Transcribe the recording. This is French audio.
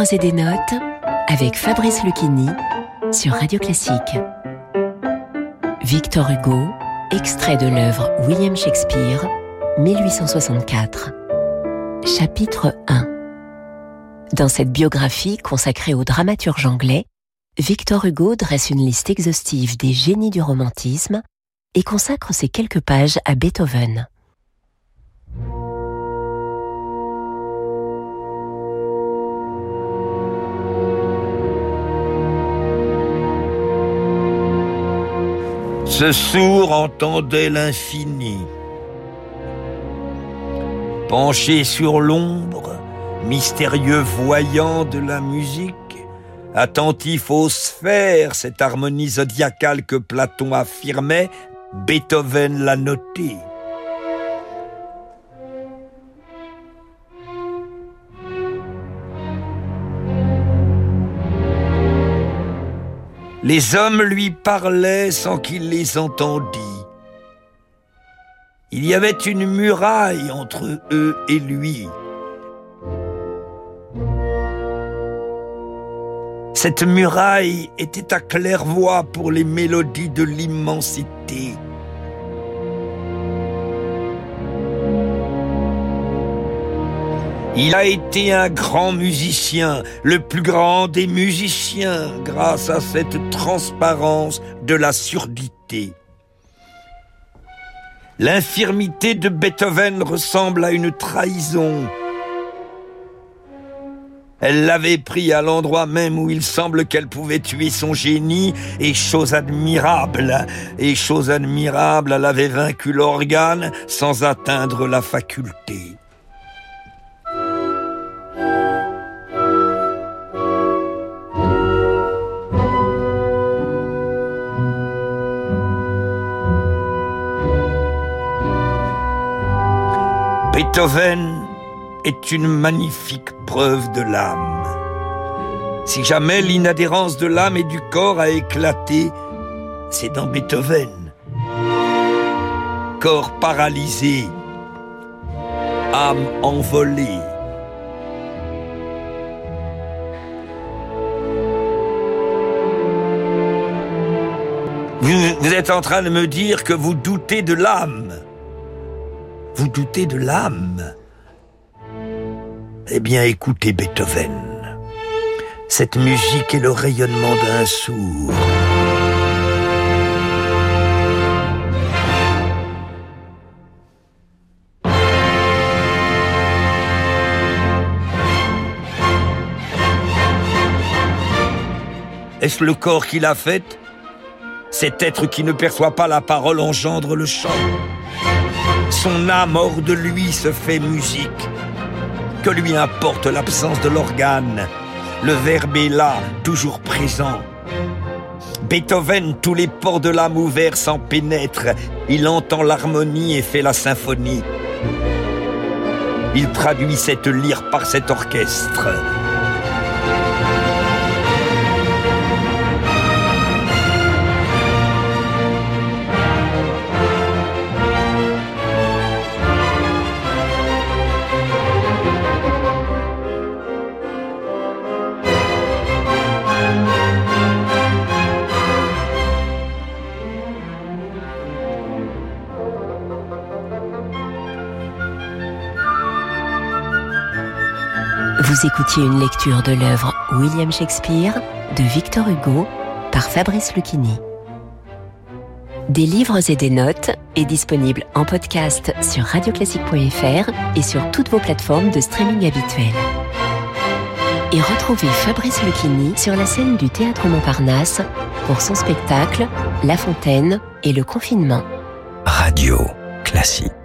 livres et des notes avec Fabrice Lucchini sur Radio Classique. Victor Hugo, extrait de l'œuvre William Shakespeare, 1864. Chapitre 1. Dans cette biographie consacrée au dramaturge anglais, Victor Hugo dresse une liste exhaustive des génies du romantisme et consacre ces quelques pages à Beethoven. Ce sourd entendait l'infini. Penché sur l'ombre, mystérieux voyant de la musique, attentif aux sphères, cette harmonie zodiacale que Platon affirmait, Beethoven l'a notée. Les hommes lui parlaient sans qu'il les entendît. Il y avait une muraille entre eux et lui. Cette muraille était à claire-voie pour les mélodies de l'immensité. Il a été un grand musicien, le plus grand des musiciens, grâce à cette transparence de la surdité. L'infirmité de Beethoven ressemble à une trahison. Elle l'avait pris à l'endroit même où il semble qu'elle pouvait tuer son génie, et chose admirable, elle avait vaincu l'organe sans atteindre la faculté. Beethoven est une magnifique preuve de l'âme. Si jamais l'inadhérence de l'âme et du corps a éclaté, c'est dans Beethoven. Corps paralysé, âme envolée. Vous êtes en train de me dire que vous doutez de l'âme. Vous doutez de l'âme? Eh bien, écoutez Beethoven. Cette musique est le rayonnement d'un sourd. Est-ce le corps qui l'a faite? Cet être qui ne perçoit pas la parole engendre le chant. Son âme hors de lui se fait musique. Que lui importe l'absence de l'organe? Le verbe est là, toujours présent. Beethoven, tous les pores de l'âme ouverts s'en pénètrent. Il entend l'harmonie et fait la symphonie. Il traduit cette lyre par cet orchestre. Vous écoutiez une lecture de l'œuvre William Shakespeare de Victor Hugo par Fabrice Lucchini. Des livres et des notes est disponible en podcast sur radioclassique.fr et sur toutes vos plateformes de streaming habituelles. Et retrouvez Fabrice Lucchini sur la scène du Théâtre Montparnasse pour son spectacle La Fontaine et le confinement. Radio Classique.